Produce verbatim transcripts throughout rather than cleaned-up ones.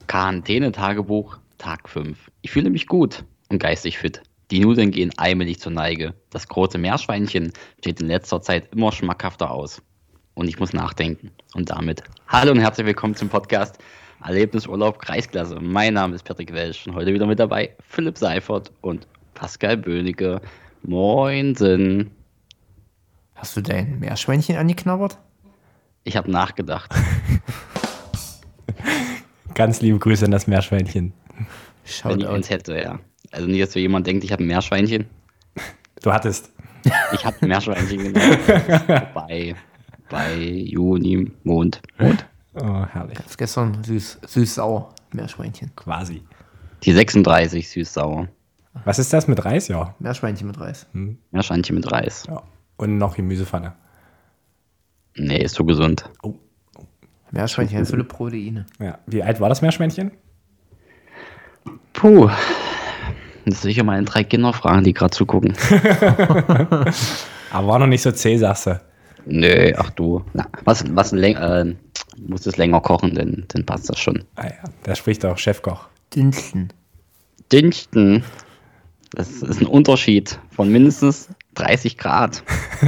Quarantäne-Tagebuch, Tag fünf. Ich fühle mich gut und geistig fit. Die Nudeln gehen allmählich zur Neige. Das große Meerschweinchen steht in letzter Zeit immer schmackhafter aus. Und ich muss nachdenken. Und damit hallo und herzlich willkommen zum Podcast Erlebnisurlaub Kreisklasse. Mein Name ist Patrick Welsch und heute wieder mit dabei Philipp Seifert und Pascal Böhnecke. Moinsen. Hast du dein Meerschweinchen angeknabbert? Ich habe nachgedacht. Ganz liebe Grüße an das Meerschweinchen. Schaut Wenn ich eins hätte, ja. Also nicht, dass so jemand denkt, ich habe ein Meerschweinchen. Du hattest. Ich habe ein Meerschweinchen, genau. bei, bei Juni, Mond. Mond. Oh, herrlich. Das ist gestern süß, süß-sauer Meerschweinchen. Quasi. Die sechsunddreißig, süß-sauer. Was ist das mit Reis? Ja. Meerschweinchen mit Reis. Hm. Meerschweinchen mit Reis. Ja. Und noch Gemüsepfanne. Nee, ist so gesund. Oh. Meerschweinchen hat viele Proteine. Ja. Wie alt war das Meerschweinchen? Puh. Das ist sicher meine drei Kinder fragen, die gerade zugucken. Aber war noch nicht so zäh, sagst du. Nö, ach du. Na, was, was länger, äh, muss es länger kochen, denn dann passt das schon. Ah ja, da spricht auch Chefkoch. Dünsten. Dünsten. Das ist ein Unterschied von mindestens dreißig Grad.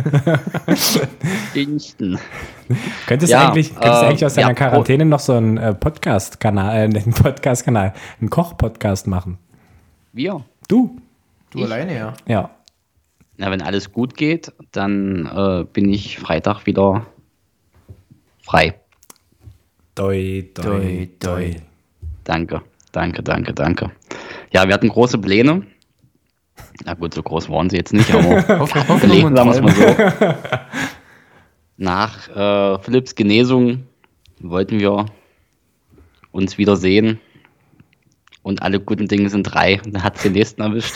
Dünsten. Könntest Ja, du eigentlich, könntest äh, du eigentlich aus deiner ja, Quarantäne noch so einen äh, Podcast-Kanal, äh, einen Podcast-Kanal, einen Koch-Podcast machen? Wir? Du? Du Ich? alleine, ja. Ja. Na, wenn alles gut geht, dann äh, bin ich Freitag wieder frei. Doi, doi, Doi, doi. doi. Danke, danke, danke, danke. Ja, wir hatten große Pläne. Na gut, so groß waren sie jetzt nicht, aber gelegen, sagen wir es mal so. Nach äh, Philipps Genesung wollten wir uns wieder sehen. Und alle guten Dinge sind drei. Dann hat es den nächsten erwischt.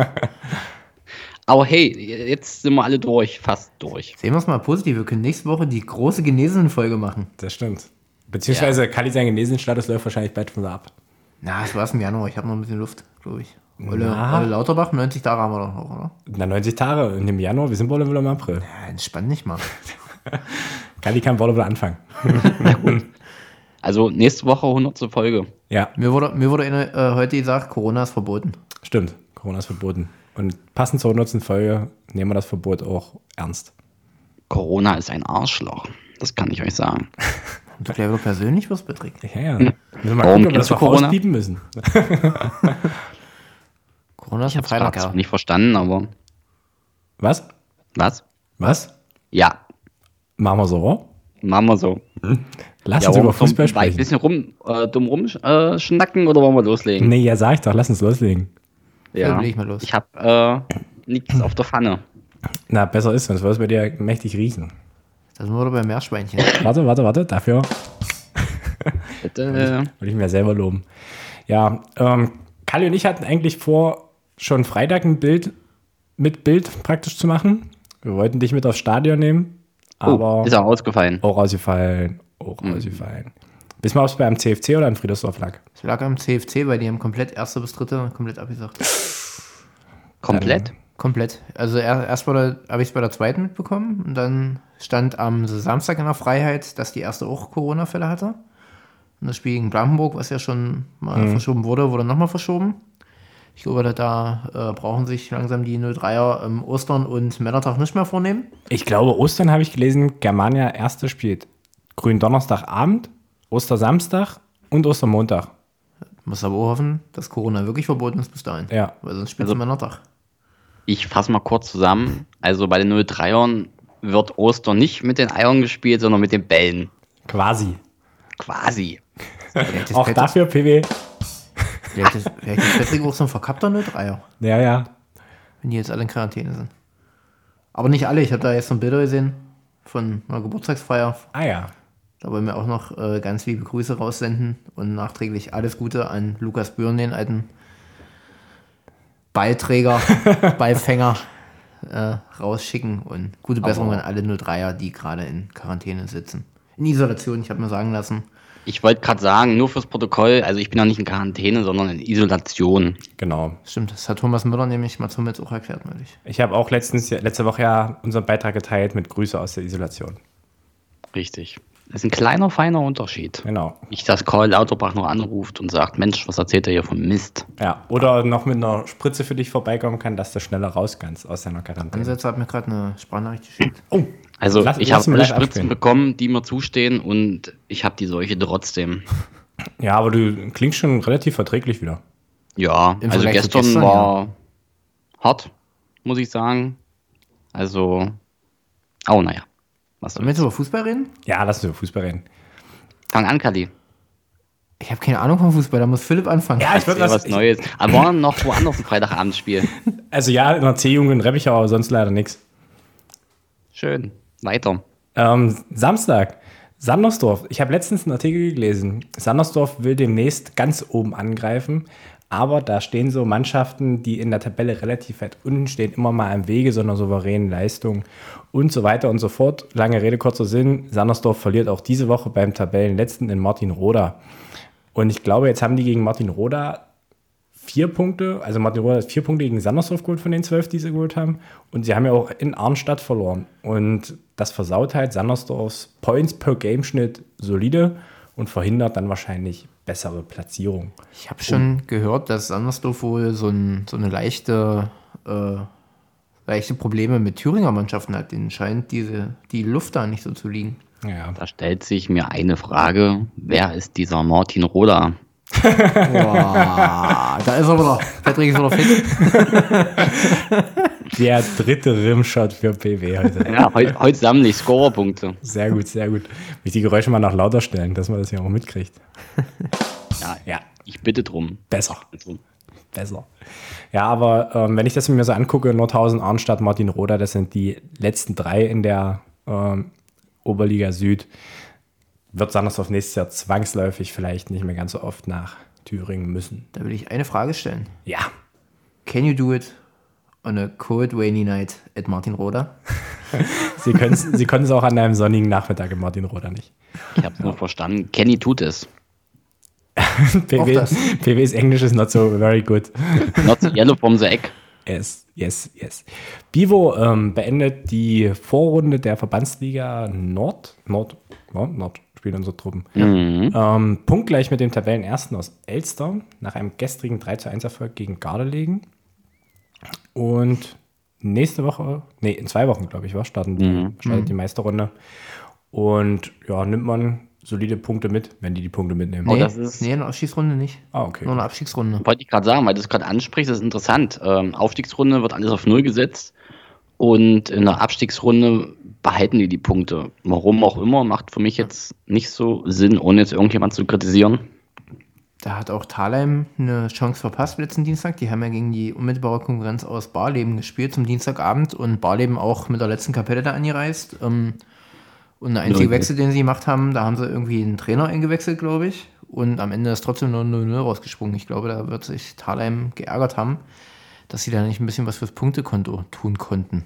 Aber hey, jetzt sind wir alle durch, fast durch. Sehen wir es mal positiv. Wir können nächste Woche die große Genesenen-Folge machen. Das stimmt. Beziehungsweise Kali sein Genesenenstatus läuft wahrscheinlich bald von da ab. Na, es war es im Januar. Ich habe noch ein bisschen Luft, glaube ich. Olle, Na. Olle Lauterbach, neunzig Tage haben wir doch noch, oder? Na, neunzig Tage und im Januar, wir sind wohl im April. Ja, entspann nicht mal. Kali kann wohl anfangen. Also nächste Woche hundertste Folge. Ja, Mir wurde, mir wurde eine, äh, heute gesagt, Corona ist verboten. stimmt. Corona ist verboten. Und passend zur hundertsten Folge nehmen wir das Verbot auch ernst. Corona ist ein Arschloch. Das kann ich euch sagen. Und du gleich wieder persönlich wirst, Patrick. Ja, ja. Müssen wir mal Warum gucken, ob wir das kennst du noch Corona? rauspiepen müssen. Corona ist Ich ein habe es gerade Freilacker. nicht verstanden, aber Was? was? Was? Ja, Machen wir so? machen wir so. Lass Ja, uns wollen über wir Fußball ein sprechen. bisschen rum, äh, dumm rumschnacken äh, schnacken oder wollen wir loslegen? Nee, ja, sag ich doch. Lass uns loslegen. Ja, leg mal los. Ich habe äh, nichts auf der Pfanne. Na, besser ist, sonst wird es bei dir mächtig riechen. Da sind wir wieder bei Meerschweinchen. Warte, warte, warte. Dafür Bitte. will ich mir selber loben. Ja, ähm, Kali und ich hatten eigentlich vor, schon Freitag ein Bild mit Bild praktisch zu machen. Wir wollten dich mit aufs Stadion nehmen, aber Oh, ist auch ausgefallen. auch rausgefallen. Auch rausgefallen. Wissen wir, ob es beim C F C oder in Friedersdorf lag? Es lag am C F C, weil die haben komplett erste bis dritte komplett abgesagt. Komplett? Komplett. Also er, erst habe ich es bei der zweiten mitbekommen und dann stand am Samstag in der Freiheit, dass die erste auch Corona-Fälle hatte. Und das Spiel gegen Blankenburg, was ja schon mal verschoben wurde, wurde nochmal verschoben. Ich glaube, da, da äh, brauchen sich langsam die null dreier ähm, Ostern und Männertag nicht mehr vornehmen. Ich glaube, Ostern habe ich gelesen, Germania erste spielt Gründonnerstagabend, Ostersamstag und Ostermontag. Muss aber auch hoffen, dass Corona wirklich verboten ist bis dahin. Ja. Weil sonst spielt es Also- Männertag. Ich fasse mal kurz zusammen. Also bei den null dreiern wird Ostern nicht mit den Eiern gespielt, sondern mit den Bällen. Quasi. Quasi. Vielleicht ist Auch Patrick- dafür P W. Vielleicht ist, vielleicht ist Patrick auch so ein verkappter null dreier, Ja, ja. wenn die jetzt alle in Quarantäne sind. Aber nicht alle. Ich habe da jetzt noch Bilder gesehen von einer Geburtstagsfeier. Ah ja. Da wollen wir auch noch äh, ganz liebe Grüße raussenden und nachträglich alles Gute an Lukas Bürn, den alten Ballträger, Ballfänger, äh, rausschicken und gute Besserung Aber- an alle null dreier, die gerade in Quarantäne sitzen. In Isolation, ich habe mir sagen lassen. Ich wollte gerade sagen, nur fürs Protokoll, also ich bin ja nicht in Quarantäne, sondern in Isolation. Genau. Stimmt, das hat Thomas Müller nämlich mal zum jetzt auch erklärt neulich. Ich habe auch letztens, letzte Woche ja unseren Beitrag geteilt mit Grüße aus der Isolation. Richtig. Das ist ein kleiner, feiner Unterschied. Genau. Nicht, dass Karl Lauterbach noch anruft und sagt, Mensch, was erzählt er hier von Mist? Ja, oder noch mit einer Spritze für dich vorbeikommen kann, dass du schneller raus kannst aus deiner Quarantäne. Ansätze hat mir gerade eine Sprachnachricht geschickt. Oh, Also Lass- ich lass habe mal alle live Spritzen abspielen. bekommen, die mir zustehen und ich habe die Seuche trotzdem. ja, aber du klingst schon relativ verträglich wieder. Ja, Im also Vergleich zu gestern, gestern, war hart, muss ich sagen. Also, oh naja. Was Sollen wir soll's. jetzt über Fußball reden? Ja, lass uns über Fußball reden. Fang an, Kali. Ich habe keine Ahnung vom Fußball, da muss Philipp anfangen. Ja, ich würde Ja, was. was Neues. Aber war noch woanders ein Freitagabendspiel. Also ja, in der C-Jugend in Reppichau, aber sonst leider nichts. Schön. Weiter. Ähm, Samstag, Sandersdorf. Ich habe letztens einen Artikel gelesen. Sandersdorf will demnächst ganz oben angreifen, aber da stehen so Mannschaften, die in der Tabelle relativ weit unten stehen, immer mal im Wege so einer souveränen Leistung und so weiter und so fort. Lange Rede, kurzer Sinn. Sandersdorf verliert auch diese Woche beim Tabellenletzten in Martinroda. Und ich glaube, jetzt haben die gegen Martinroda vier Punkte, also Martinroda hat vier Punkte gegen Sandersdorf geholt von den zwölf, die sie geholt haben. Und sie haben ja auch in Arnstadt verloren. Und das versaut halt Sandersdorfs Points per Game-Schnitt solide und verhindert dann wahrscheinlich bessere Platzierung. Ich habe schon gehört, dass Sandersdorf wohl so, ein, so eine leichte, äh, leichte Probleme mit Thüringer Mannschaften hat. Denen scheint diese, die Luft da nicht so zu liegen. Ja. Da stellt sich mir eine Frage. Wer ist dieser Martin Roda? Boah, da ist er wieder. Patrick ist wieder fit. Der dritte Rimshot für P W heute. Ja, heute, heute sammle ich Scorerpunkte. Sehr gut, sehr gut. Will ich die Geräusche mal nach lauter stellen, dass man das ja auch mitkriegt. Ja, Ja, ich bitte drum. besser. Also, Besser. Ja, aber ähm, wenn ich das mir so angucke, Nordhausen, Arnstadt, Martinroda, das sind die letzten drei in der ähm, Oberliga Süd, wird Sandersdorf nächstes Jahr zwangsläufig vielleicht nicht mehr ganz so oft nach Thüringen müssen. Da will ich eine Frage stellen. Ja, Can you do it on a cold rainy night at Martinroda? sie können es sie können es auch an einem sonnigen Nachmittag in Martinroda nicht. ich habe es nur verstanden. Kenny tut es. P Auch W, das. P Ws Englisch ist not so very good. Not so yellow from the egg. Yes, yes, yes. Bivo ähm, beendet die Vorrunde der Verbandsliga Nord. Nord, ja, Nord spielen unsere Truppen. Mhm. Ähm, punktgleich mit dem Tabellenersten aus Elster nach einem gestrigen drei zu eins Erfolg gegen Gardelegen. Und nächste Woche, nee, in zwei Wochen, glaube ich, war, starten die, Mhm. startet die Meisterrunde. Und ja, nimmt man solide Punkte mit, wenn die die Punkte mitnehmen. Oh, Nee, das ist- nee, eine Abstiegsrunde nicht. Ah, okay. Nur eine Abstiegsrunde. Wollte ich gerade sagen, weil du es gerade ansprichst, das ist interessant. Ähm, Aufstiegsrunde wird alles auf Null gesetzt und in der Abstiegsrunde behalten die die Punkte. Warum auch immer, macht für mich jetzt nicht so Sinn, ohne jetzt irgendjemand zu kritisieren. Da hat auch Thalheim eine Chance verpasst letzten Dienstag. Die haben ja gegen die unmittelbare Konkurrenz aus Barleben gespielt zum Dienstagabend und Barleben auch mit der letzten Kapelle da angereist. Ähm, Und der einzige Okay. Wechsel, den sie gemacht haben, da haben sie irgendwie einen Trainer eingewechselt, glaube ich. Und am Ende ist trotzdem nur null null rausgesprungen. Ich glaube, da wird sich Thalheim geärgert haben, dass sie da nicht ein bisschen was fürs Punktekonto tun konnten.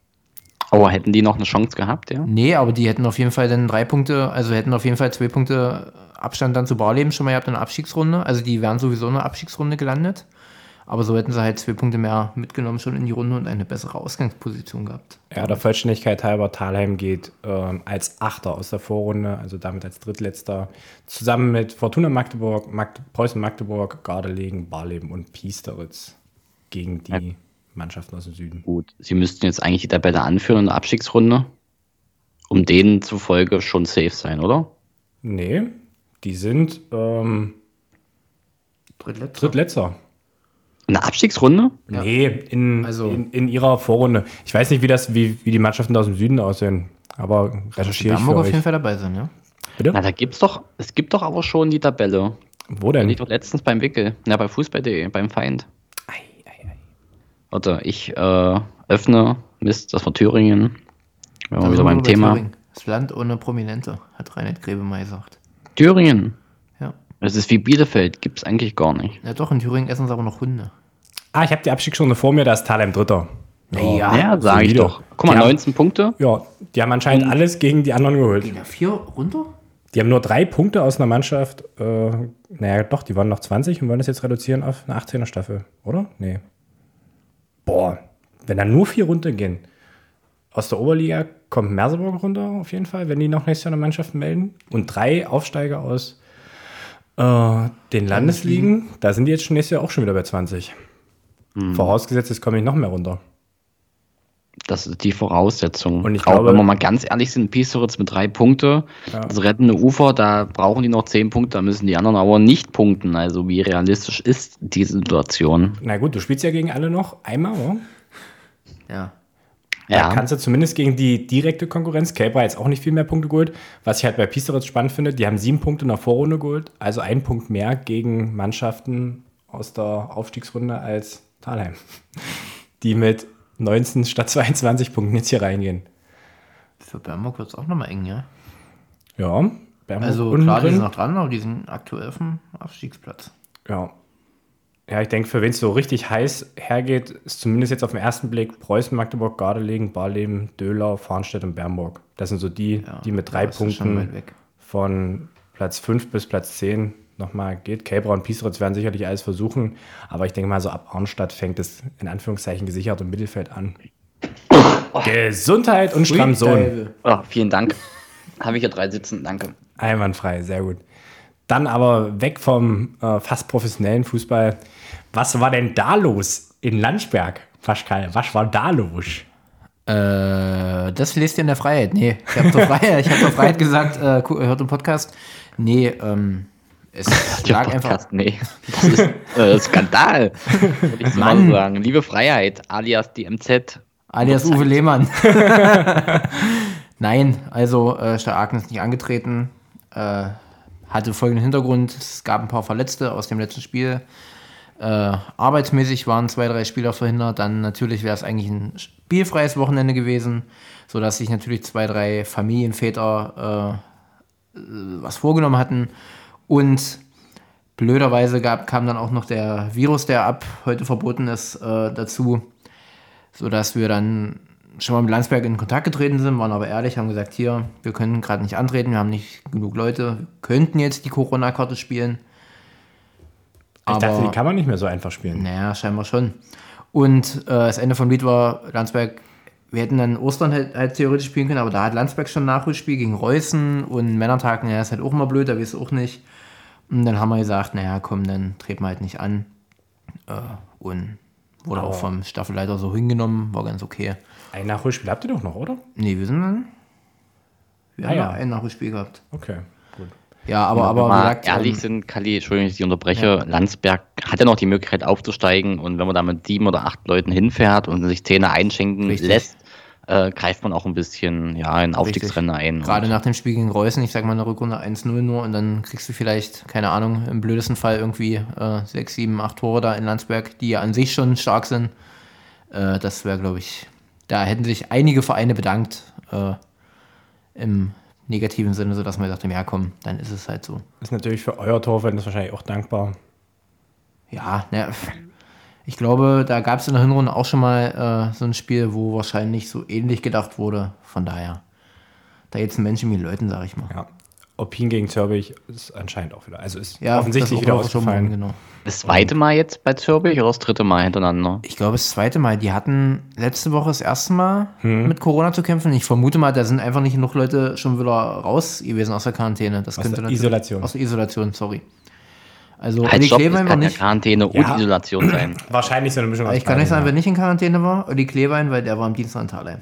Aber hätten die noch eine Chance gehabt, ja? Nee, aber die hätten auf jeden Fall dann drei Punkte, also hätten auf jeden Fall zwei Punkte Abstand dann zu Barleben schon mal gehabt in der Abstiegsrunde. Also die wären sowieso in der Abstiegsrunde gelandet. Aber so hätten sie halt zwei Punkte mehr mitgenommen schon in die Runde und eine bessere Ausgangsposition gehabt. Ja, der Vollständigkeit halber, Thalheim geht ähm, als Achter aus der Vorrunde, also damit als Drittletzter, zusammen mit Fortuna Magdeburg, Magde Preußen Magdeburg, Gardelegen, Barleben und Piesteritz gegen die Ja. Mannschaften aus dem Süden. Gut, sie müssten jetzt eigentlich die Tabelle anführen in der Abstiegsrunde, um denen zufolge schon safe sein, oder? Nee, die sind ähm, Drittletzter. Drittletzter. In der Abstiegsrunde? Ja. Nee, in, Also- in, in ihrer Vorrunde. Ich weiß nicht, wie, das, wie, wie die Mannschaften da aus dem Süden aussehen, aber Die recherchiere ich für Hamburg auf jeden euch. Fall dabei sein, ja. Bitte? Na, da gibt's doch, es gibt doch aber schon die Tabelle. Wo Die denn? liegt doch letztens beim Wickel. Ja, bei Fußball punkt de, beim Feind. Ei, ei, ei. Warte, ich äh, öffne, Mist, das war Thüringen. Wir Da waren wieder sind wir beim bei Thema. Thüringen. Das Land ohne Prominente, hat Reinhard Grebe mal gesagt. Thüringen. Ja. Das ist wie Bielefeld, gibt's eigentlich gar nicht. Ja doch, in Thüringen essen sie aber noch Hunde. Ah, ich habe die Abstiegsrunde vor mir, da ist Thalheim Dritter. Ja, Ja, sage ich solide. doch. Guck mal, Die haben- neunzehn Punkte. Ja, die haben anscheinend alles gegen die anderen geholt. Gehen da vier runter? Die haben nur drei Punkte aus einer Mannschaft. Äh, naja, doch, die waren noch zwanzig und wollen das jetzt reduzieren auf eine achtzehner Staffel, oder? Nee. Boah, wenn da nur vier runtergehen aus der Oberliga kommt Merseburg runter, auf jeden Fall, wenn die noch nächstes Jahr eine Mannschaft melden. Und drei Aufsteiger aus äh, den Landesligen. Da sind die jetzt schon nächstes Jahr auch schon wieder bei zwanzig. Hm. Vorausgesetzt, es kommen nicht noch mehr runter. Das ist die Voraussetzung. Und ich auch glaube, wenn wir mal ganz ehrlich sind, Piesteritz mit drei Punkte, ja. Das rettende Ufer, da brauchen die noch zehn Punkte, da müssen die anderen aber nicht punkten. Also wie realistisch ist die Situation? Na gut, du spielst ja gegen alle noch einmal, oder? Ja. Da Ja. kannst du zumindest gegen die direkte Konkurrenz, Cape jetzt auch nicht viel mehr Punkte geholt, was ich halt bei Piesteritz spannend finde, die haben sieben Punkte in der Vorrunde geholt, also ein Punkt mehr gegen Mannschaften aus der Aufstiegsrunde als Thalheim, die mit neunzehn statt zweiundzwanzig Punkten jetzt hier reingehen. Für Bernburg wird es auch nochmal eng, ja? Ja, Bernburg Also unten klar, die drin. sind noch dran, aber die sind aktuell auf dem Abstiegsplatz. Ja. Ja, ich denke, für wen es so richtig heiß hergeht, ist zumindest jetzt auf den ersten Blick Preußen, Magdeburg, Gardelegen, Barleben, Döhlau, Farnstedt und Bernburg. Das sind so die, Ja, die mit drei da ist es schon Punkten weit weg. von Platz fünf bis Platz zehn nochmal geht. Kelbra und Piesteritz werden sicherlich alles versuchen, aber ich denke mal, so ab Arnstadt fängt es in Anführungszeichen gesichert im Mittelfeld an. Oh. Gesundheit und Stramson. Oh, vielen Dank. Habe ich hier drei sitzen, danke. Einwandfrei, sehr gut. Dann aber weg vom äh, fast professionellen Fußball. Was war denn da los in Landsberg, Pascal? Was war da los? Äh, das lest ihr in der Freiheit. Nee, ich habe zur Freiheit, ich hab zur Freiheit gesagt, äh, hört im Podcast. Nee, ähm, es lag einfach... Podcast, nee, das ist äh, Skandal, würde ich so mal sagen. Liebe Freiheit, alias die M Z. Alias Uwe Lehmann. Nein, also äh, Starken ist nicht angetreten. Äh, hatte folgenden Hintergrund. Es gab ein paar Verletzte aus dem letzten Spiel. Äh, arbeitsmäßig waren zwei, drei Spieler verhindert. Dann natürlich wäre es eigentlich ein spielfreies Wochenende gewesen, sodass sich natürlich zwei, drei Familienväter äh, was vorgenommen hatten. Und blöderweise gab, kam dann auch noch der Virus, der ab heute verboten ist, äh, dazu, sodass wir dann schon mal mit Landsberg in Kontakt getreten sind, waren aber ehrlich, haben gesagt, hier, wir können gerade nicht antreten, wir haben nicht genug Leute, wir könnten jetzt die Corona-Karte spielen. Ich aber, dachte, die kann man nicht mehr so einfach spielen. Naja, scheinbar schon. Und äh, das Ende vom Lied war, Landsberg, wir hätten dann Ostern halt, halt theoretisch spielen können, aber da hat Landsberg schon ein Nachholspiel gegen Reußen und Männertag, naja, ist halt auch immer blöd, da weiß auch nicht. Und dann haben wir gesagt, naja, komm, dann treten wir halt nicht an. Äh, und wurde oh. auch vom Staffelleiter so hingenommen, war ganz okay. Ein Nachholspiel habt ihr doch noch, oder? Nee, wir sind dann. Wir Ah, haben ja. noch ein Nachholspiel gehabt. Okay, gut. Ja, aber, Wenn aber wir wie mal gesagt, ehrlich ähm, sind, Kalli, Entschuldigung, dass ich dich unterbreche, Ja. Landsberg hat ja noch die Möglichkeit aufzusteigen und wenn man da mit sieben oder acht Leuten hinfährt und sich Zähne einschenken Richtig. lässt, äh, greift man auch ein bisschen ja, in Aufstiegsrennen ein. gerade Und nach dem Spiel gegen Reußen, ich sag mal in der Rückrunde eins null nur und dann kriegst du vielleicht, keine Ahnung, im blödesten Fall irgendwie äh, sechs, sieben, acht Tore da in Landsberg, die ja an sich schon stark sind. Äh, das wäre, glaube ich, da hätten sich einige Vereine bedankt äh, im negativen Sinne, sodass man gesagt haben, ja komm, dann ist es halt so. Ist natürlich für euer Torfan das wahrscheinlich auch dankbar. Ja, ne, ich glaube, da gab es in der Hinrunde auch schon mal äh, so ein Spiel, wo wahrscheinlich so ähnlich gedacht wurde. Von daher, da jetzt ein Mensch in den Leuten, sag ich mal. Ja. Opin gegen Zörbich ist anscheinend auch wieder, also ist Ja, offensichtlich das wieder auch schon ausgefallen. mal, genau. das zweite Mal jetzt bei Zürbich oder das dritte Mal hintereinander? Ich glaube, das zweite Mal. Die hatten letzte Woche das erste Mal mit Corona zu kämpfen. Ich vermute mal, da sind einfach nicht genug Leute schon wieder raus gewesen aus der Quarantäne. Das Aus könnte der natürlich- Isolation. Aus der Isolation, sorry. Also, Halt, Olli stopp, es Kleewein war kann ja nicht. Quarantäne Ja. und Isolation sein. Wahrscheinlich so eine Mischung aus Ich kann nicht sagen, beiden, wer nicht in Quarantäne war. Olli Kleewein, weil der war am Dienstag in Thalheim.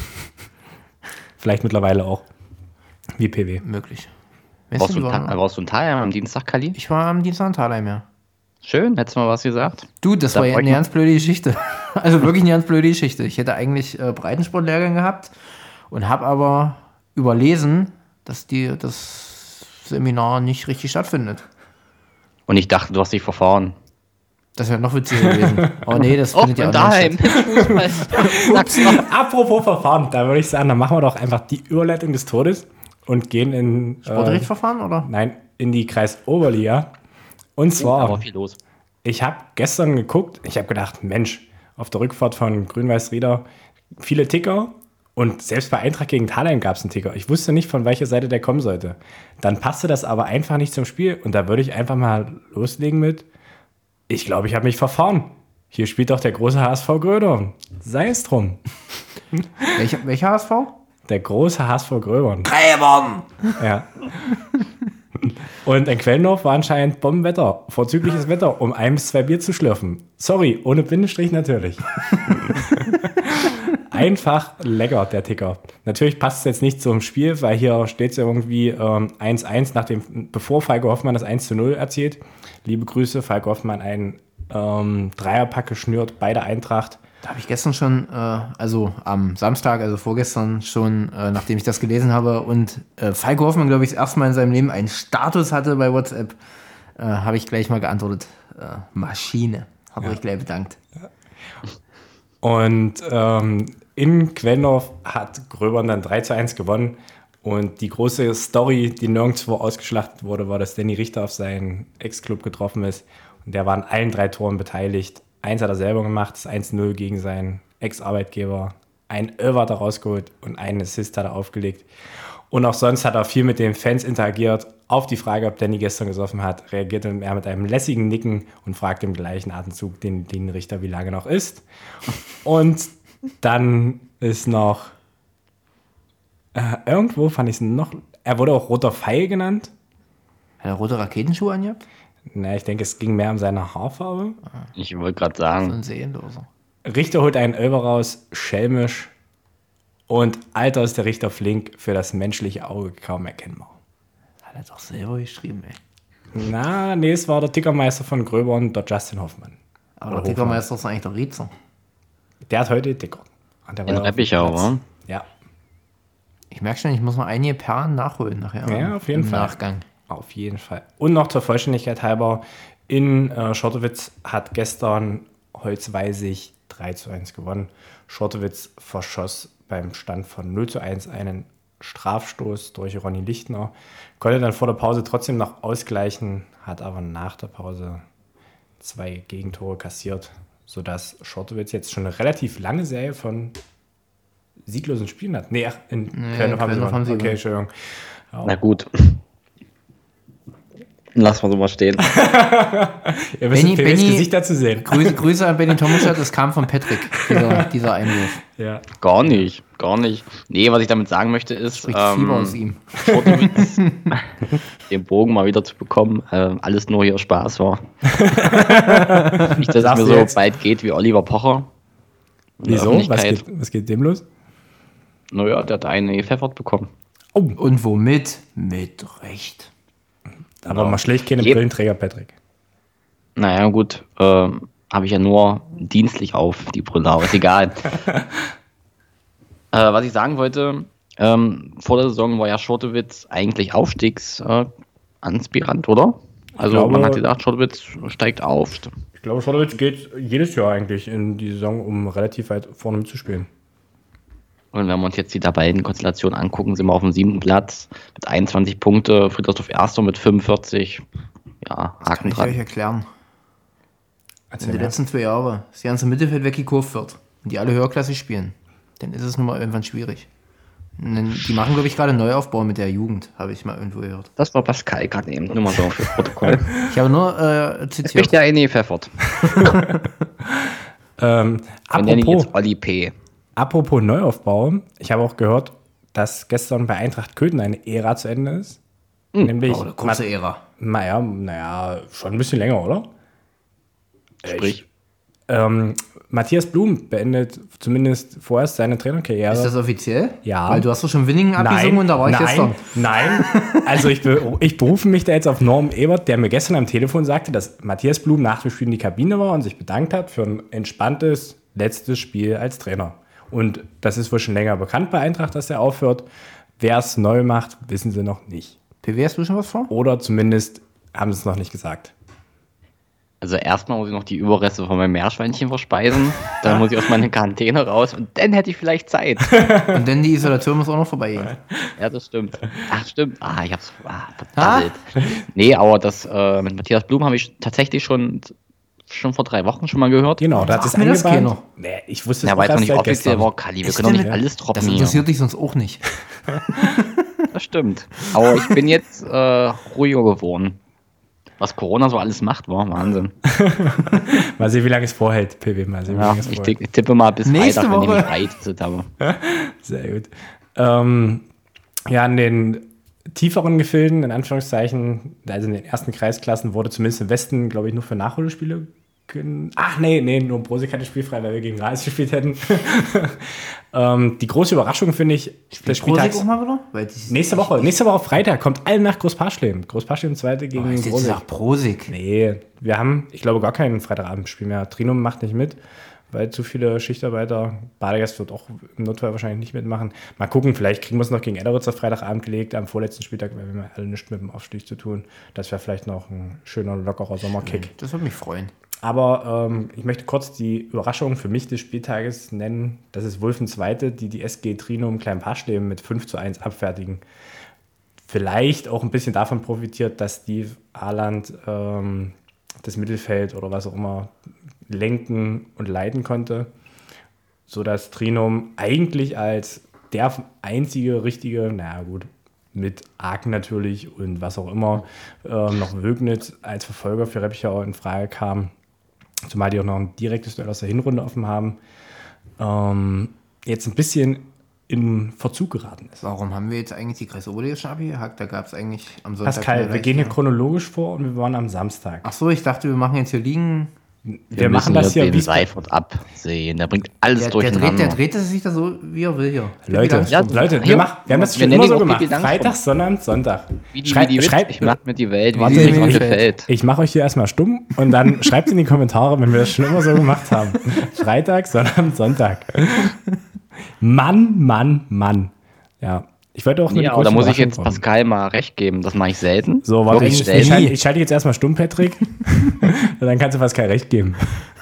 Vielleicht mittlerweile auch. Wie P W. Möglich. Weißt Warst du, du, wie Ta- war- warst du in Thalheim am Dienstag, Kalli? Ich war am Dienstag in Thalheim, ja. Schön, hättest du mal was gesagt? Du, das Da war ja freut eine mich- ganz blöde Geschichte. Also wirklich eine ganz blöde Geschichte. Ich hätte eigentlich äh, Breitensportlehrgang gehabt und habe aber überlesen, dass die, das Seminar nicht richtig stattfindet. Und ich dachte, du hast dich verfahren. Das wäre noch witziger gewesen. Oh nee, das Oh, findet ja in auch Daheim. nicht statt. Fußball. Apropos Verfahren, da würde ich sagen, dann machen wir doch einfach die Überleitung des Todes und gehen in äh, Sportgerichtsverfahren, oder? nein, in die Kreisoberliga. Und zwar, Aber viel los. ich habe gestern geguckt, ich habe gedacht, Mensch, auf der Rückfahrt von Grün-Weiß-Rieder viele Ticker und selbst bei Eintracht gegen Thalheim gab es einen Ticker. Ich wusste nicht, von welcher Seite der kommen sollte. Dann passte das aber einfach nicht zum Spiel und da würde ich einfach mal loslegen mit, ich glaube, ich habe mich verfahren. Hier spielt doch der große H S V Grödern. Sei es drum. Welcher, welcher H S V? Der große H S V Gröbern. Gräbern! Ja. Und in Quellendorf war anscheinend Bombenwetter, vorzügliches Wetter, um ein bis zwei Bier zu schlürfen. Sorry, ohne Bindestrich natürlich. Einfach lecker, der Ticker. Natürlich passt es jetzt nicht zum Spiel, weil hier steht es ja irgendwie ähm, eins eins, nach dem, bevor Falco Hoffmann das eins zu null erzielt. Liebe Grüße, Falco Hoffmann ein ähm, Dreierpack geschnürt bei der Eintracht. Da habe ich gestern schon, äh, also am Samstag, also vorgestern schon, äh, nachdem ich das gelesen habe und äh, Falco Hoffmann, glaube ich, das erste Mal in seinem Leben einen Status hatte bei WhatsApp, äh, habe ich gleich mal geantwortet, äh, Maschine. Habe Ja. ich gleich bedankt. Und ähm, in Quellendorf hat Gröbern dann drei zu eins gewonnen. Und die große Story, die nirgendwo ausgeschlachtet wurde, war, dass Danny Richter auf seinen Ex-Club getroffen ist. Und der war an allen drei Toren beteiligt. Eins hat er selber gemacht, das eins null gegen seinen Ex-Arbeitgeber. Ein Elfer hat er rausgeholt und einen Assist hat er aufgelegt. Und auch sonst hat er viel mit den Fans interagiert. Auf die Frage, ob Danny gestern gesoffen hat, reagierte er mit einem lässigen Nicken und fragte im gleichen Atemzug den, den Richter, wie lange noch ist. Und dann ist noch äh, irgendwo fand ich es noch, er wurde auch roter Pfeil genannt. Hat er rote Raketenschuhe angehabt? Na, ich denke, es ging mehr um seine Haarfarbe. Ich wollte gerade So sagen, ein Seelenloser. Richter holt einen Elfer raus, schelmisch. Und Alter ist der Richter flink, für das menschliche Auge kaum erkennbar. Hat er doch selber geschrieben, ey. Na, nee, es war der Tickermeister von Gröbern, der Justin Hoffmann. Aber Oder der Tickermeister ist doch eigentlich der Rietzer. Der hat heute Ticker. Und der war in ja auf dem Reppichau, Platz. oder? Ja, Ich merke schon, ich muss noch einige Perlen nachholen nachher. Ja, auf jeden im Fall. Nachgang. auf jeden Fall. Und noch zur Vollständigkeit halber, in äh, Schottowitz hat gestern Holzweisig drei zu eins gewonnen. Schottowitz verschoss beim Stand von null zu eins einen Strafstoß durch Ronny Lichtner, konnte dann vor der Pause trotzdem noch ausgleichen, hat aber nach der Pause zwei Gegentore kassiert, sodass Schottowitz jetzt schon eine relativ lange Serie von sieglosen Spielen hat. Nee, ach, in Nee, Quellendorf haben sie Quellendorf haben gewonnen. sie Okay, gewonnen. Entschuldigung. Ja. Na gut. Lass mal so mal stehen. Ihr müsst Benny- Felix Benny- Gesicht dazu sehen. Grüße, Grüße an Benny Tomuschat, das kam von Patrick, dieser, dieser Einwurf. Ja. Gar nicht, gar nicht. Nee, was ich damit sagen möchte ist, Spricht Fieber aus ihm. Schottowitz, den Bogen mal wieder zu bekommen, äh, alles nur hier Spaß war. Nicht, dass es Sagst mir du so jetzt? bald geht wie Oliver Pocher. In der Wieso? Was Öffentlichkeit. geht, was geht dem los? Naja, der hat eine gepfeffert bekommen. Und womit? Mit Recht. Aber man schlägt keine Jed- Brillenträger, Patrick. Naja, gut, ähm, habe ich ja nur dienstlich auf, die Brille, aber ist egal. äh, was ich sagen wollte, ähm, vor der Saison war ja Schottowitz eigentlich Aufstiegsaspirant, äh, Aspirant, oder? Also glaube- man hat gedacht, Schottowitz steigt auf. Ich glaube, Schottowitz geht jedes Jahr eigentlich in die Saison, um relativ weit vorne mitzuspielen. Und wenn wir uns jetzt die Tabellenkonstellation angucken, sind wir auf dem siebten Platz mit einundzwanzig Punkte, Friedersdorf Erster mit fünfundvierzig. Ja, Kann Haken ich euch dran. erklären. Erzähl Wenn die mal. letzten zwei Jahre das ganze Mittelfeld weggekurvt wird und die alle höherklassig spielen, dann ist es nun mal irgendwann schwierig. Und dann, die machen, glaube ich, gerade Neuaufbau mit der Jugend, habe ich mal irgendwo gehört. Das war Pascal gerade eben, nur mal so für Protokoll. Ich habe nur äh, Jetzt zitiert. möchte ja eine gepfeffert. Ähm, Wir nennen ihn apropos, jetzt Olli P. apropos Neuaufbau, ich habe auch gehört, dass gestern bei Eintracht Köthen eine Ära zu Ende ist. Nämlich, Oh, eine kurze Ära. naja, naja, schon ein bisschen länger, oder? Sprich, Ähm, Matthias Blum beendet zumindest vorerst seine Trainerkarriere. Ist das offiziell? Ja. Weil du hast doch schon Winningen abgesungen und da war ich nein, gestern. Nein, also ich, be ich berufe mich da jetzt auf Norm Ebert, der mir gestern am Telefon sagte, dass Matthias Blum nach dem Spiel in die Kabine war und sich bedankt hat für ein entspanntes letztes Spiel als Trainer. Und das ist wohl schon länger bekannt bei Eintracht, dass er aufhört. Wer es neu macht, wissen sie noch nicht. P W, hast du schon was vor? Oder zumindest haben sie es noch nicht gesagt. also erstmal muss ich noch die Überreste von meinem Meerschweinchen verspeisen. Dann muss ich aus meiner Quarantäne raus und dann hätte ich vielleicht Zeit. Und dann die Isolation muss auch noch vorbeigehen. Ja, das stimmt. Ach, stimmt. Ah, ich hab's ah, verdattelt. Nee, aber das äh, mit Matthias Blum habe ich tatsächlich schon, schon vor drei Wochen schon mal gehört. Genau, da hat es Sag mir das angebahnt. keiner. Nee, ich wusste es Ja, auch weil es noch erst nicht seit offiziell gestern. war, Kali. Wir Ist können doch nicht denn- alles Das droppen hier. interessiert dich sonst auch nicht. Das stimmt. Aber ich bin jetzt äh, ruhiger geworden. Was Corona so alles macht, war Wahnsinn. Mal sehen, wie lange es vorhält, P W. Mal sehen, wie Ja, lange es ich, vorhält. tipp- ich tippe mal bis Nächste Freitag, wenn Woche. ich frei getestet habe. Sehr gut. Ähm, ja, in den tieferen Gefilden, in Anführungszeichen, also in den ersten Kreisklassen, wurde zumindest im Westen, glaube ich, nur für Nachholspiele. gen- Ach nee, nee, nur Brosig hatte spielfrei, weil wir gegen Reis gespielt hätten. ähm, die große Überraschung finde ich, des Spieltags. auch mal wieder? Weil die- Nächste Woche, nächste Woche Freitag kommt allen nach Großparschlem. Großparschlem zweite gegen Oh, ist jetzt Brosig. nach Prosig. Nee, wir haben, ich glaube, gar kein Freitagabendspiel mehr. Trinum macht nicht mit, weil zu viele Schichtarbeiter. Badegast wird auch im Notfall wahrscheinlich nicht mitmachen. Mal gucken, vielleicht kriegen wir es noch gegen Edderitz auf Freitagabend gelegt, am vorletzten Spieltag, weil wir haben ja alle nichts mit dem Aufstieg zu tun. Das wäre vielleicht noch ein schöner, lockerer Sommerkick. Das würde mich freuen. Aber ähm, ich möchte kurz die Überraschung für mich des Spieltages nennen. Das ist Wulfen Zweite, die die S G Trinum Kleinparschlem mit fünf zu eins abfertigen. Vielleicht auch ein bisschen davon profitiert, dass Steve Ahland ähm, das Mittelfeld oder was auch immer lenken und leiten konnte, sodass Trinum eigentlich als der einzige richtige, naja gut, mit Aachen natürlich und was auch immer, ähm, noch Wögnitz als Verfolger für Reppichau in Frage kam, zumal die auch noch ein direktes Duell aus der Hinrunde offen haben, ähm, jetzt ein bisschen in Verzug geraten ist. Warum haben wir jetzt eigentlich die Kreisoberliga schon abgehakt? Da gab es eigentlich am Sonntag... Pascal, eine wir gehen hier Reichsliga. chronologisch vor und wir waren am Samstag. Ach so, ich dachte, wir machen jetzt hier liegen... Wir, machen das hier den wie Seifert absehen. Der bringt alles Der, der, dreht, durcheinander. der dreht es sich da so, wie er will hier. Leute, Ja, Leute, wir, hier, mach, wir haben das wir schon nennen immer ihn so auch gemacht. Pippi Langstrumpf. Freitag, Sonntag, Sonntag. Wie die, Schrei- wie die schreibt- Witz, ich mach mit die Welt, wie Warte, sie sich ich- was ich- gefällt. Ich mache euch hier erstmal stumm und dann schreibt in die Kommentare, wenn wir das schon immer so gemacht haben. Freitag, Sonntag, Sonntag. Mann, Mann, Mann. Ja, ich wollte auch nur die Ja, aber da große muss ich Überraschung jetzt kommen. Pascal mal recht geben. Das mache ich selten. So, warte, Wirklich ich, ich, selten. schalte, ich schalte jetzt erstmal stumm, Patrick. Und dann kannst du Pascal recht geben.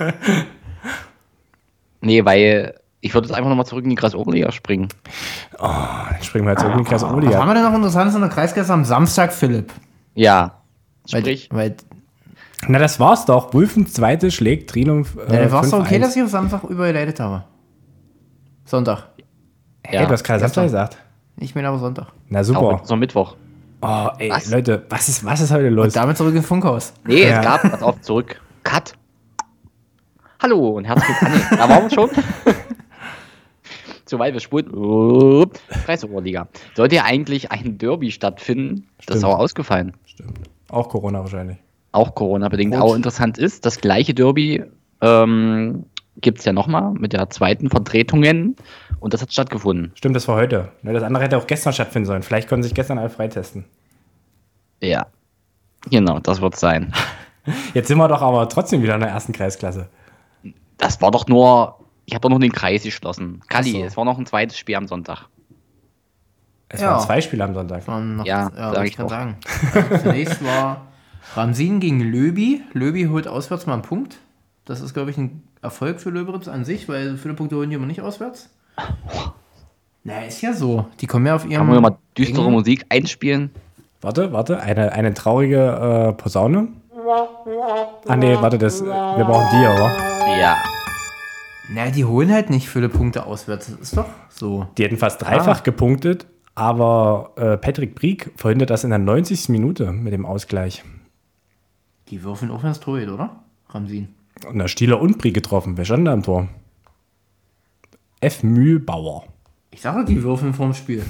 Nee, weil ich würde jetzt einfach nochmal zurück in die Kreisoberliga springen. Dann springen wir jetzt irgendwie in die Klasse Was Oberliga. haben wir denn noch Interessantes in der Kreisklasse am Samstag, Philipp? Ja. Weil, Sprich, weil Na, das war's doch. Wulfen Zweite schlägt Trinum. Äh, ja, war es doch okay, fünf eins. dass ich auf Samstag übergeleitet habe. Sonntag. Hey, Ja, du hast gerade Samstag gesagt. Ich meine aber Sonntag. Na auch super. so Mittwoch. Oh, ey, Was? Leute, was ist, was ist heute los? Und damit zurück ins Funkhaus. Nee, Ja. es gab, pass auf, zurück. Cut. Hallo und herzlich willkommen. Da waren wir schon. Soweit wir spulen. Kreisoberliga. Sollte ja eigentlich ein Derby stattfinden. Das ist Stimmt. aber ausgefallen. Stimmt. Auch Corona wahrscheinlich. Auch Corona-bedingt. Gut. Auch interessant ist, das gleiche Derby ähm, gibt es ja nochmal mit der zweiten Vertretungen. Und das hat stattgefunden. Stimmt, das war heute. Ne, das andere hätte auch gestern stattfinden sollen. Vielleicht konnten sich gestern alle freitesten. Ja. Genau, das wird sein. Jetzt sind wir doch aber trotzdem wieder in der ersten Kreisklasse. Das war doch nur. Ich habe doch noch den Kreis geschlossen. Kali, Ach so. es war noch ein zweites Spiel am Sonntag. Es Ja. waren zwei Spiele am Sonntag. Von noch, Ja, ja sag was ich kann doch. sagen. Ja, zunächst war Ramsin gegen Löbi. Löbi holt auswärts mal einen Punkt. Das ist, glaube ich, ein Erfolg für Löberitz an sich, weil viele Punkte holen die immer nicht auswärts. Na, ist ja so. Die kommen ja auf ihrem... Kann man ja mal düstere engen- Musik einspielen? Warte, warte, eine, eine traurige äh, Posaune. Ah nee, warte, das, äh, wir brauchen die aber. Ja. Na, die holen halt nicht viele Punkte auswärts. Das ist doch so. Die hätten fast dreifach gepunktet, aber äh, Patrick Brieck verhindert das in der neunzigsten Minute mit dem Ausgleich. Die würfeln auch ins Torhüter, oder? Ramsin. Und der Stieler und Brieck getroffen. Wer stand da am Tor? F. Mühlbauer. Ich sage, die würfeln vorm Spiel.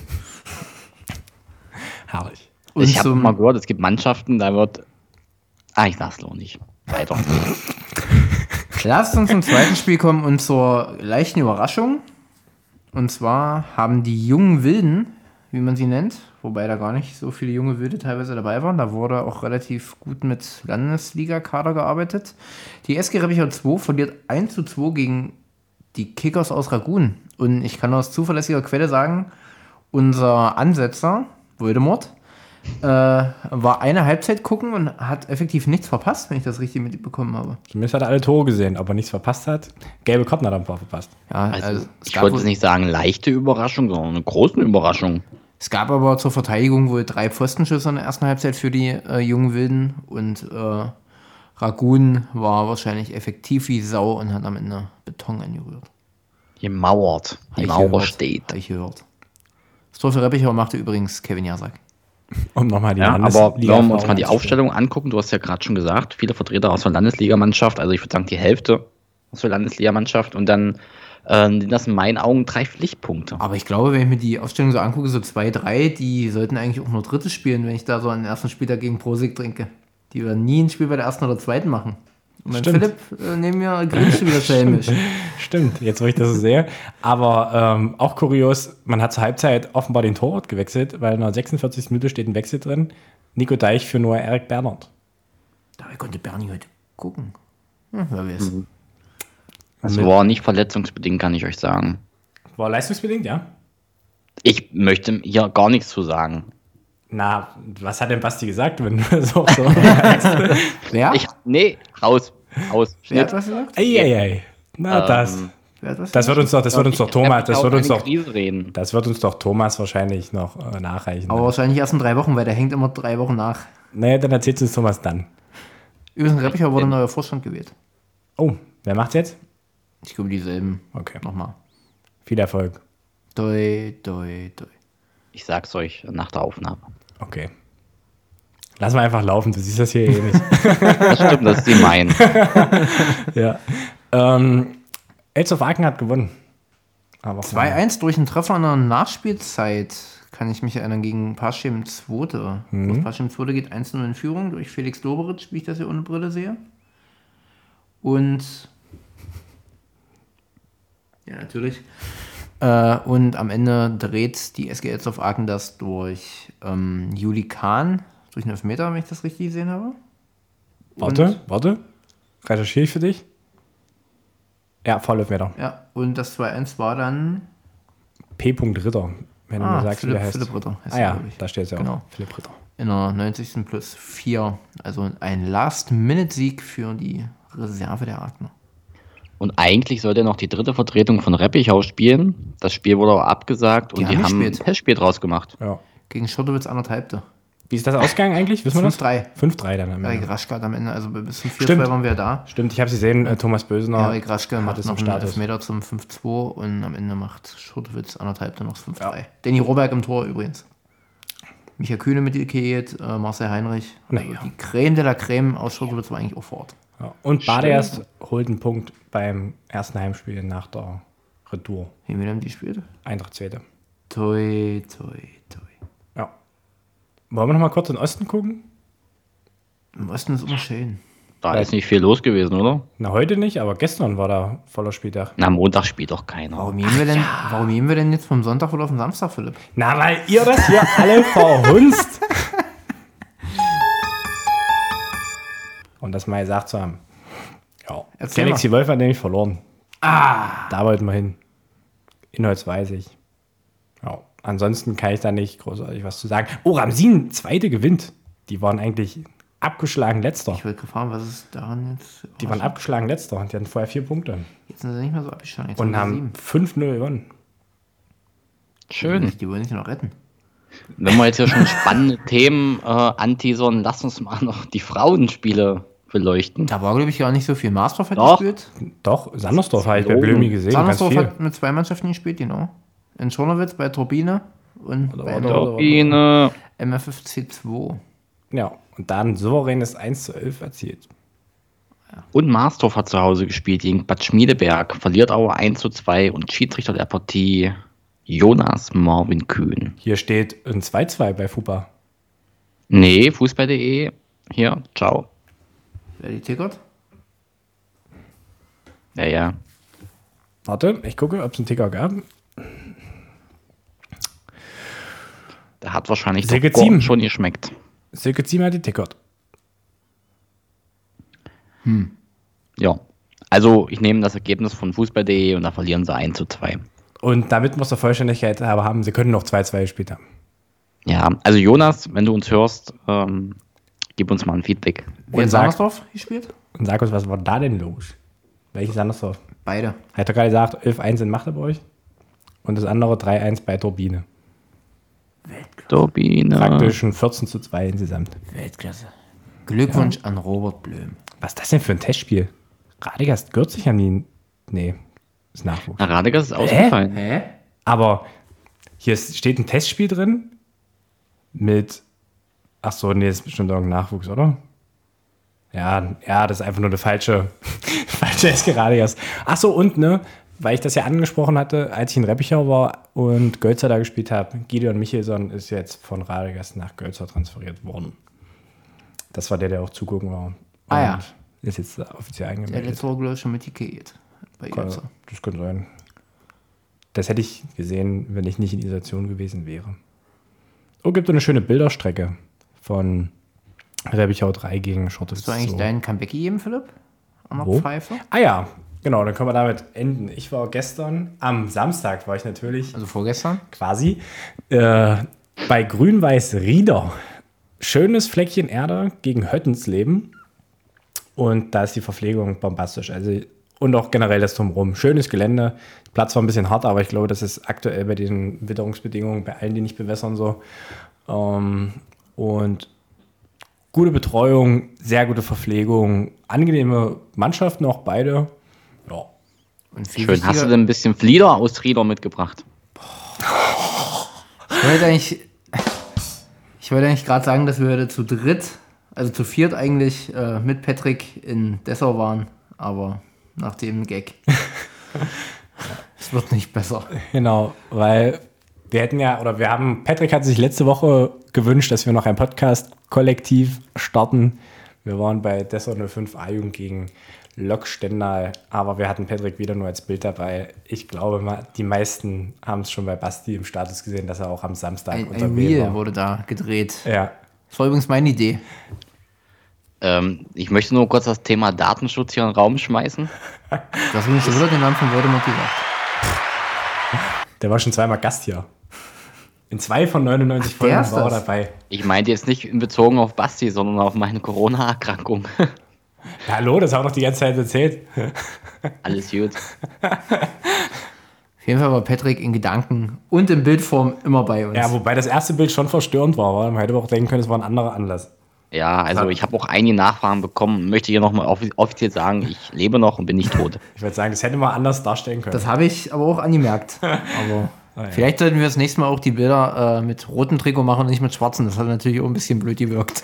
Herrlich. Und ich habe zum- mal gehört, es gibt Mannschaften, da wird. Ah, ich sag's noch nicht. Weiter. Lasst uns zum zweiten Spiel kommen und zur leichten Überraschung. Und zwar haben die jungen Wilden, wie man sie nennt, wobei da gar nicht so viele junge Wilde teilweise dabei waren, da wurde auch relativ gut mit Landesliga-Kader gearbeitet. Die S G Reppichau zwei verliert eins zu zwei gegen die Kickers aus Ragun. Und ich kann aus zuverlässiger Quelle sagen, unser Ansetzer, Voldemort, äh, war eine Halbzeit gucken und hat effektiv nichts verpasst, wenn ich das richtig mitbekommen habe. Zumindest hat er alle Tore gesehen, aber nichts verpasst hat. Gelbe Karten hat er ein paar verpasst. Ja, Also, also, es, ich gab wollte wohl, jetzt nicht sagen leichte Überraschung, sondern eine große Überraschung. es gab aber zur Verteidigung wohl drei Pfostenschüsse in der ersten Halbzeit für die äh, jungen Wilden und äh, Ragun war wahrscheinlich effektiv wie Sau und hat am Ende Beton angerührt. Gemauert. Die Hab ich Mauer gehört. steht. Hab ich gehört. Das Tor für Reppichau machte übrigens Kevin Jasak. Um nochmal die Ja, aber wenn wir uns Landesliga-Erfahrung mal die anzusprechen. Aufstellung angucken, du hast ja gerade schon gesagt, viele Vertreter aus der Landesligamannschaft, also ich würde sagen die Hälfte aus der Landesligamannschaft und dann äh, sind das in meinen Augen drei Pflichtpunkte. Aber ich glaube, wenn ich mir die Aufstellung so angucke, so zwei, drei, die sollten eigentlich auch nur Dritte spielen, wenn ich da so einen ersten Spieltag gegen Prosig trinke. Die werden nie ein Spiel bei der ersten oder zweiten machen. Und mein Stimmt. Philipp äh, neben mir grinst wieder schelmisch. Stimmt, jetzt wo ich das so sehe. Aber ähm, auch kurios, man hat zur Halbzeit offenbar den Torwart gewechselt, weil in der sechsundvierzigsten Minute steht ein Wechsel drin. Nico Deich für nur Erik Bernhard. Dabei konnte Bernie heute gucken. Hm, wer weiß. Das Mit- war nicht verletzungsbedingt, kann ich euch sagen. War leistungsbedingt, ja? Ich möchte hier gar nichts zu sagen. Na, was hat denn Basti gesagt, wenn du so so Wer? Ich, nee, raus, raus, Wer hat Schnitt. was gesagt? Eieiei. Na, Ähm, das. Wer hat was Das wird uns doch, das wird uns doch Thomas, das wird uns doch, Krise reden. das wird uns doch Thomas wahrscheinlich noch äh, nachreichen. Aber wahrscheinlich erst in drei Wochen, weil der hängt immer drei Wochen nach. Naja, dann erzählt uns Thomas dann. Übrigens, Reppicher wurde neuer Vorstand gewählt. Oh, wer macht's jetzt? Ich glaube, dieselben. Okay. Nochmal. Viel Erfolg. Doi, doi, doi. Ich sag's euch nach der Aufnahme. Okay. Lass mal einfach laufen, du siehst das hier eh nicht. Das stimmt, das ist die mein. Ja. Ähm, Elz of Aachen hat gewonnen. Aber zwei eins durch einen Treffer in der Nachspielzeit kann ich mich erinnern gegen Paschim Zweite. Mhm. Paschim Zweite geht eins null in Führung durch Felix Doberitsch, wie ich das hier ohne Brille sehe. Und ja, natürlich. Äh, und am Ende dreht die S G Elz of Aachen das durch ähm, Juli Kahn, durch einen Elfmeter, wenn ich das richtig gesehen habe. Warte, warte. Recherchiere ich für dich? Ja, Vollelfmeter. Ja, und das zwei eins war dann P. Ritter, wenn du Ah, mir sagst, wie Philipp- der heißt. Philipp Ritter heißt Ah er, ja, glaub ich. da steht es ja Genau. auch. Philipp Ritter. in der neunzigsten plus vier. Also ein Last-Minute-Sieg für die Reserve der Aachener. Und eigentlich sollte noch die dritte Vertretung von Reppichau spielen. Das Spiel wurde aber abgesagt und Die die, haben haben ein gespielt. Testspiel draus gemacht. Ja. Gegen Schottowitz anderthalbte. Wie ist das ausgegangen eigentlich? Wissen wir das? fünf drei. fünf drei dann am Erik Ende. Raschke hat am Ende, also bis zum vier Stimmt. zwei waren wir da. Stimmt, ich habe sie gesehen, äh, Thomas Bösener. Erik Raschke hat macht es noch im einen Status. Elfmeter zum fünf zwei und am Ende macht Schottowitz anderthalbte noch das fünf drei. Danny Roberg im Tor übrigens. Michael Kühne mitgekehrt, äh, Marcel Heinrich. Also Naja. die Creme de la Creme aus Schottowitz war eigentlich auch fort. Ja. Und Badeerst holt einen Punkt beim ersten Heimspiel nach der Retour. Wie wir haben die gespielt? Eintracht Zweite. Toi, toi, toi. Ja. Wollen wir noch mal kurz in den Osten gucken? Im Osten ist immer schön. Da ist nicht viel los gewesen, oder? Na, heute nicht, aber gestern war da voller Spieltag. Na, am Montag spielt doch keiner. Warum gehen, wir denn, warum gehen wir denn jetzt vom Sonntag oder auf den Samstag, Philipp? Na, weil ihr das hier alle verhunzt. Und das mal gesagt zu haben. Ja, Erzähl Galaxy Wolf hat nämlich verloren. Ah! Da wollten wir hin. Inhalts weiß ich. Ja, ansonsten kann ich da nicht großartig was zu sagen. Oh, Ramsin, zweite gewinnt. Die waren eigentlich abgeschlagen letzter. Ich wollte fragen, was ist daran jetzt? Die waren abgeschlagen letzter und die hatten vorher vier Punkte. Jetzt sind sie nicht mehr so abgeschlagen. Jetzt Und sie haben sieben. fünf null gewonnen. Schön. Die wollen sich noch retten. Wenn wir jetzt hier schon spannende Themen äh, anteasern, lasst uns mal noch die Frauenspiele beleuchten. Da war, glaube ich, gar nicht so viel. Marsdorf hat Doch. gespielt. Doch, Sandersdorf habe ich bei Logen. Blömi gesehen. Ganz Sandersdorf viel. hat mit zwei Mannschaften gespielt, genau. In Schornowitz bei Turbine und bei oder- Turbine. M F F C zwei. Ja, und dann souveränes eins zu elf erzielt. Und Marsdorf hat zu Hause gespielt gegen Bad Schmiedeberg, verliert aber eins zu zwei und Schiedsrichter der Partie Jonas Marvin Kühn. Hier steht ein zwei zwei bei FUPA. Nee, Fußball punkt de. Hier, ciao. Wer die tickert? Ja, ja. Warte, ich gucke, ob es einen Ticker gab. Der hat wahrscheinlich doch Silke Gordon Ziem. schon geschmeckt. Silke Ziem hat die tickert. Ja. Also, ich nehme das Ergebnis von Fußball punkt de und da verlieren sie eins zu zwei. Und damit wir es der Vollständigkeit aber haben, sie können noch zwei zwei gespielt haben. Ja, also Jonas, wenn du uns hörst, ähm, gib uns mal ein Feedback. Wer in sag- Sandersdorf gespielt? Und sag uns, was war da denn los? Welches Sandersdorf? Beide. Hat er gerade gesagt, elf eins in Magdeburg und das andere drei eins bei Turbine. Turbine. Praktisch ein vierzehn zu zwei insgesamt. Weltklasse. Glückwunsch an Robert Blöm. Was ist das denn für ein Testspiel? Radegast gehört sich an die... Nee, ist Nachwuchs. Na, Radegast ist ausgefallen. Hä? Aber hier ist- steht ein Testspiel drin mit Ach so, nee, das ist bestimmt irgendein Nachwuchs, oder? Ja, ja, das ist einfach nur eine falsche, falsche Eskeradias. Ach so, und ne, weil ich das ja angesprochen hatte, als ich in Reppichau war und Gölzer da gespielt habe, Gideon Michelson ist jetzt von Radegast nach Gölzer transferiert worden. Das war der, der auch zugucken war. Ah und ja. Ist jetzt offiziell Der hat eingemeldet. letzte Woche, glaube ich, schon mit Ikea bei Gölzer. Das könnte sein. Das hätte ich gesehen, wenn ich nicht in Isolation gewesen wäre. Oh, gibt eine schöne Bilderstrecke von Reppichau drei gegen Schorte. Hast du eigentlich deinen Comeback gegeben, Philipp? An der Wo? Pfeife? Ah ja, genau, dann können wir damit enden. Ich war gestern, am Samstag war ich natürlich Also vorgestern? quasi äh, bei Grün-Weiß Rieder. Schönes Fleckchen Erde gegen Höttensleben. Und da ist die Verpflegung bombastisch. Also, und auch generell das Drumherum. Schönes Gelände. Platz war ein bisschen hart, aber ich glaube, das ist aktuell bei diesen Witterungsbedingungen, bei allen, die nicht bewässern, so. Ähm, und gute Betreuung, sehr gute Verpflegung, angenehme Mannschaften auch beide. Ja. Und viel Schön. Hast du wichtiger- denn ein bisschen Flieder aus Rieder mitgebracht? Ich wollte eigentlich, ich wollte eigentlich gerade sagen, dass wir heute zu dritt, also zu viert eigentlich äh, mit Patrick in Dessau waren, aber nach dem Gag. Es wird nicht besser. Genau, weil wir hätten ja, oder wir haben, Patrick hat sich letzte Woche gewünscht, dass wir noch ein Podcast-Kollektiv starten. Wir waren bei Dessau null fünf A-Jugend gegen Lok Stendal, aber wir hatten Patrick wieder nur als Bild dabei. Ich glaube, ma- die meisten haben es schon bei Basti im Status gesehen, dass er auch am Samstag Ein, unter ein Wehen Reel war. wurde da gedreht. Ja, Das war übrigens meine Idee. Ähm, ich möchte nur kurz das Thema Datenschutz hier in den Raum schmeißen. Du hast übrigens schon wieder den Namen von Voldemort gesagt. der war schon zweimal Gast hier. In zwei von neunundneunzig Ach, der Folgen ist war er das. dabei. Ich meinte jetzt nicht bezogen auf Basti, sondern auf meine Corona-Erkrankung. Ja, hallo, das haben wir doch die ganze Zeit erzählt. Alles gut. Auf jeden Fall war Patrick in Gedanken und in Bildform immer bei uns. Ja, wobei das erste Bild schon verstörend war. Oder? Man hätte aber auch denken können, es war ein anderer Anlass. Ja, also ich habe auch einige Nachfragen bekommen. Möchte hier nochmal offi- offiziell sagen, ich lebe noch und bin nicht tot. Ich würde sagen, das hätte man anders darstellen können. Das habe ich aber auch angemerkt. Aber ja. vielleicht sollten wir das nächste Mal auch die Bilder äh, mit rotem Trikot machen und nicht mit schwarzen. Das hat natürlich auch ein bisschen blöd gewirkt.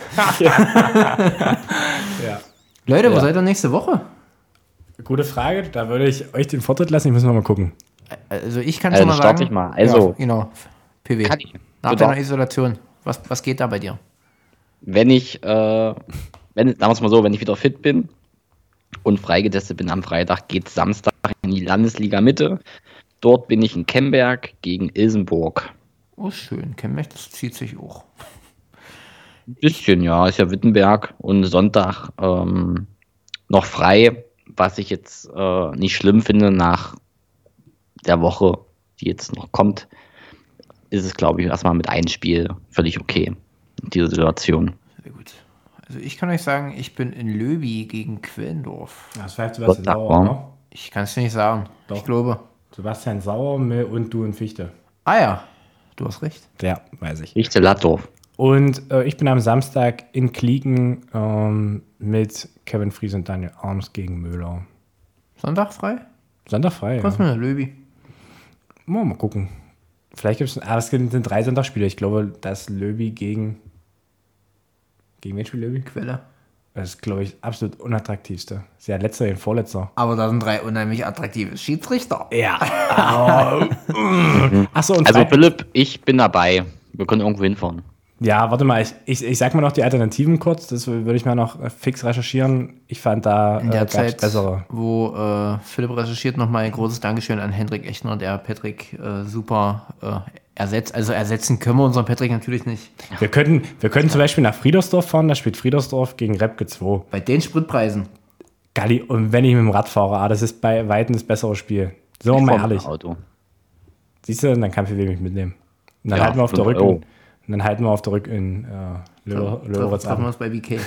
ja. Leute, wo Ja. seid ihr nächste Woche? Gute Frage, da würde ich euch den Vortritt lassen. Ich muss noch mal gucken. Also ich kann Also schon mal starte sagen. ich mal. Also- ja, genau. P W. Kadi, Nach du deiner darfst. Isolation. Was, was geht da bei dir? Wenn ich, äh, wenn, sagen wir es mal so, wenn ich wieder fit bin und freigetestet bin am Freitag, geht Samstag in die Landesliga Mitte. Dort bin ich in Kemberg gegen Ilsenburg. Oh, schön. Kemmech, das zieht sich auch. Ein bisschen, ja, ist ja Wittenberg und Sonntag ähm, noch frei, was ich jetzt äh, nicht schlimm finde nach der Woche, die jetzt noch kommt, ist es, glaube ich, erstmal mit einem Spiel völlig okay, in dieser Situation. Sehr gut. Also ich kann euch sagen, ich bin in Löwy gegen Quellendorf. Das pfeift Sebastian Sauer, ne? Ich kann es dir nicht sagen. Doch. Ich glaube. Sebastian Sauer Mill und du in Fichte. Ah ja, du hast recht. Ja, weiß ich. Richte Lattdorf. Und äh, ich bin am Samstag in Kliegen ähm, mit Kevin Fries und Daniel Arms gegen Möhler. Sonntag frei? Sonntag frei, Kommst ja. du mit Löwy? Mal, mal gucken. Vielleicht gibt es, ah, es sind drei Sonntagsspiele. Ich glaube, das Löwy gegen, gegen wen spielt Löwy? Quelle. Das ist, glaube ich, absolut unattraktivste. Das ist ja letzter, den vorletzter. Aber da sind drei unheimlich attraktive Schiedsrichter. Ja. Achso, und Also Freit- Philipp, ich bin dabei. Wir können irgendwo hinfahren. ja, warte mal, ich, ich, ich sag mal noch die Alternativen kurz. Das würde ich mal noch äh, fix recherchieren. Ich fand da In der äh, gab's Zeit, bessere. wo äh, Philipp recherchiert, nochmal ein großes Dankeschön an Hendrik Echner, der Patrick äh, super äh, ersetzt. Also ersetzen können wir unseren Patrick natürlich nicht. Wir könnten, wir könnten zum Beispiel nach Friedersdorf fahren. Da spielt Friedersdorf gegen Repke zwei. Bei den Spritpreisen. Galli, und wenn ich mit dem Rad fahre, ah, das ist bei Weitem das bessere Spiel. So, Ich mal fahr mit ehrlich. dem Auto. Siehst du, dann kann P W mich mitnehmen. Und dann Ja, halten wir auf der fünf Rücken. Euro. Und dann halten wir auf der Rück in äh, Löw- Löweritz Treffen wir an. uns bei B K.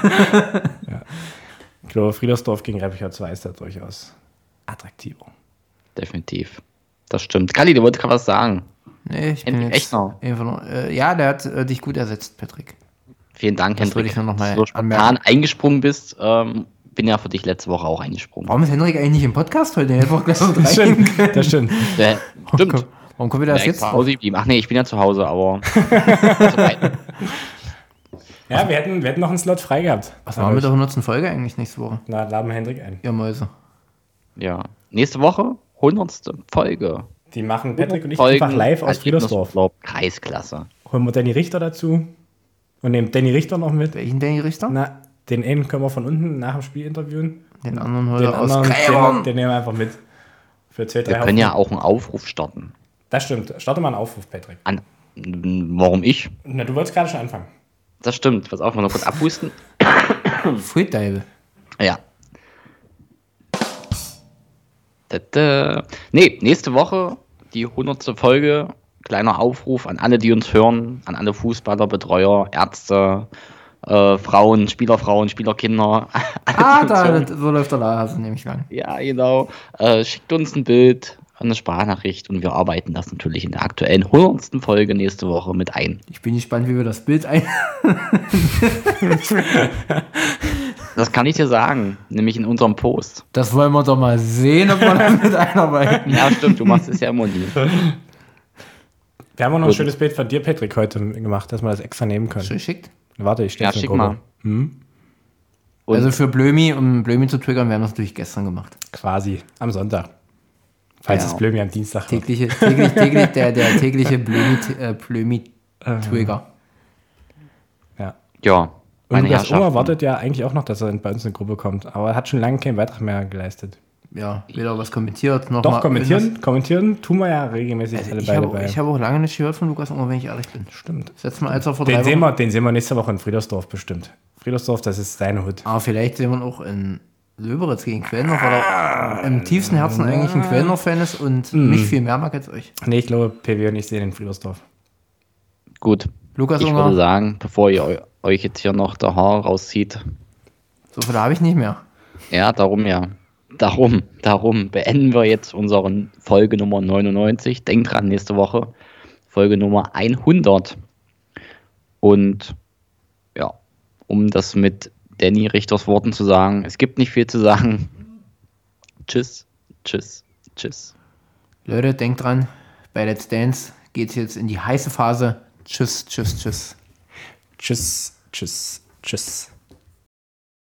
Ich glaube, Friedersdorf gegen Reppichau zwei ist da durchaus attraktiver. Definitiv. Das stimmt. Kali, du wolltest gerade was sagen. Nee, ich bin Hendrik jetzt Echner. einfach nur, äh, ja, der hat äh, dich gut ersetzt, Patrick. Vielen Dank, Das Hendrik. wollte ich nur noch mal dass du so spontan anmerken. eingesprungen bist. Ähm, bin ja für dich letzte Woche auch eingesprungen. Warum ist Hendrik eigentlich nicht im Podcast heute? Der hätte auch gleich mit Das rein. stimmt, das stimmt. Äh, stimmt. Warum kommen wir das Direkt jetzt? zu Hause geblieben. Ach nee, ich bin ja zu Hause, aber. Ja, wir hätten, wir hätten noch einen Slot frei gehabt. Was machen wir mit der hundertsten Folge eigentlich nächste Woche? Na, laden wir Hendrik ein. Ihr Mäuse. Ja. Nächste Woche, hundertste Folge. Die machen Patrick und ich Folgen einfach live aus als Friedersdorf. Urlaub, Kreisklasse. Holen wir Danny Richter dazu und nehmen Danny Richter noch mit. Welchen Danny Richter? Na, den einen können wir von unten nach dem Spiel interviewen. Den anderen Den heute aus anderen, Gräbern. den, den nehmen wir einfach mit. Für zwei, drei Wir können ja Haufen. auch einen Aufruf starten. Das stimmt. Starte mal einen Aufruf, Patrick. An, warum ich? Na, du wolltest gerade schon anfangen. Das stimmt. Pass auf, mal noch kurz abhusten. Freedive. Ja. Tada. Nee, nächste Woche die hundertste Folge. Kleiner Aufruf an alle, die uns hören, an alle Fußballer, Betreuer, Ärzte, äh, Frauen, Spielerfrauen, Spielerkinder. alle, Ah, die uns da, hören. so läuft der Laden, nehme ich an. Ja, genau. Äh, schickt uns ein Bild, eine Sprachnachricht und wir arbeiten das natürlich in der aktuellen hundertsten Folge nächste Woche mit ein. Ich bin gespannt, wie wir das Bild ein... Das kann ich dir sagen, nämlich in unserem Post. Das wollen wir doch mal sehen, ob wir damit einarbeiten. Ja, stimmt, du machst es ja immer nie. Wir haben auch noch ein Gut. schönes Bild von dir, Patrick, heute gemacht, dass wir das extra nehmen können. Schön schickt. Warte, ich stehe Ja, schick mal. Hm? Und Also für Blömi, um Blömi zu triggern, wir haben das natürlich gestern gemacht. Quasi, am Sonntag. Falls Ja. es Blömi am Dienstag wird. Tägliche, täglich, täglich, der, der tägliche Blömi, äh, Blömi-Trigger. Ja. ja, Und meine Lukas Unger Herrschaften. wartet ja eigentlich auch noch, dass er bei uns in die Gruppe kommt. Aber er hat schon lange keinen Beitrag mehr geleistet. Ja, weder was kommentiert, noch Doch, mal kommentieren, kommentieren tun wir ja regelmäßig Also alle ich beide habe bei. ich hab auch lange nicht gehört von Lukas Unger, wenn ich ehrlich bin. Stimmt. Setz mal als er vor drei Den sehen, Wochen. wir, den sehen wir nächste Woche in Friedersdorf bestimmt. Friedersdorf, das ist seine Hut. Aber vielleicht sehen wir ihn auch in Löberitz gegen Quellendorf, weil er im tiefsten Herzen eigentlich ein Quellendorf-Fan ist und nicht viel mehr mag als euch. Nee, ich glaube, P W und ich sehen in Friedersdorf. Gut, Lukas ich würde Unger, sagen, bevor ihr eu- euch jetzt hier noch der Haar rauszieht, so viel habe ich nicht mehr. ja, darum ja, darum, darum beenden wir jetzt unseren Folge Nummer neunundneunzig. Denkt dran, nächste Woche Folge Nummer hundert. Und ja, um das mit Danny Richters Worten zu sagen, es gibt nicht viel zu sagen. Tschüss, tschüss, tschüss. Leute, denkt dran, bei Let's Dance geht es jetzt in die heiße Phase. Tschüss, tschüss, tschüss. Tschüss, tschüss, tschüss.